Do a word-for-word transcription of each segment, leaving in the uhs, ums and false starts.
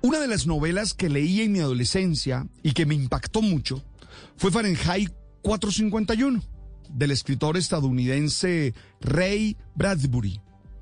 Una de las novelas que leí en mi adolescencia y que me impactó mucho fue Fahrenheit cuatrocientos cincuenta y uno, del escritor estadounidense Ray Bradbury.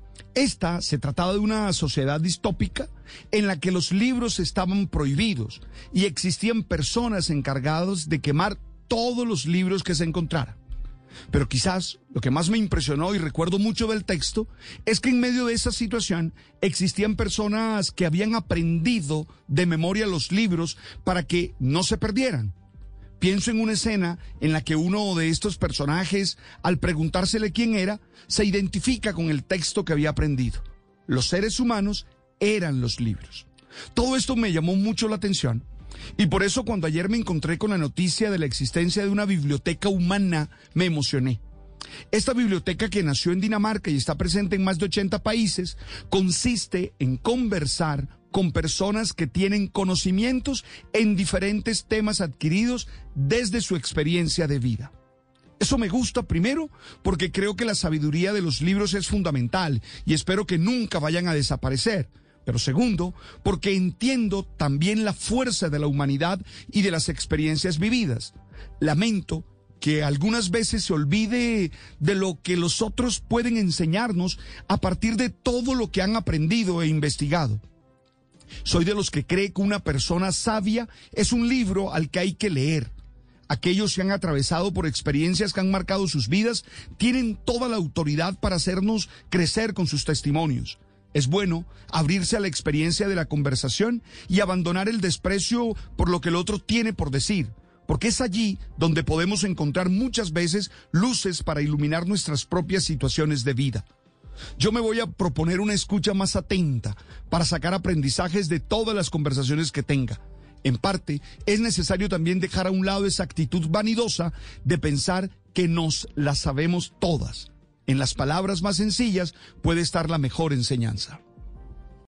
Esta se trataba de una sociedad distópica en la que los libros estaban prohibidos y existían personas encargadas de quemar todos los libros que se encontraran. Pero quizás lo que más me impresionó y recuerdo mucho del texto es que en medio de esa situación existían personas que habían aprendido de memoria los libros para que no se perdieran. Pienso en una escena en la que uno de estos personajes, al preguntársele quién era, se identifica con el texto que había aprendido. Los seres humanos eran los libros. Todo esto me llamó mucho la atención. Y por eso cuando ayer me encontré con la noticia de la existencia de una biblioteca humana, me emocioné. Esta biblioteca, que nació en Dinamarca y está presente en más de ochenta países, consiste en conversar con personas que tienen conocimientos en diferentes temas adquiridos desde su experiencia de vida. Eso me gusta, primero, porque creo que la sabiduría de los libros es fundamental y espero que nunca vayan a desaparecer. Pero segundo, porque entiendo también la fuerza de la humanidad y de las experiencias vividas. Lamento que algunas veces se olvide de lo que los otros pueden enseñarnos a partir de todo lo que han aprendido e investigado. Soy de los que cree que una persona sabia es un libro al que hay que leer. Aquellos que han atravesado por experiencias que han marcado sus vidas tienen toda la autoridad para hacernos crecer con sus testimonios. Es bueno abrirse a la experiencia de la conversación y abandonar el desprecio por lo que el otro tiene por decir, porque es allí donde podemos encontrar muchas veces luces para iluminar nuestras propias situaciones de vida. Yo me voy a proponer una escucha más atenta para sacar aprendizajes de todas las conversaciones que tenga. En parte, es necesario también dejar a un lado esa actitud vanidosa de pensar que nos las sabemos todas. En las palabras más sencillas puede estar la mejor enseñanza.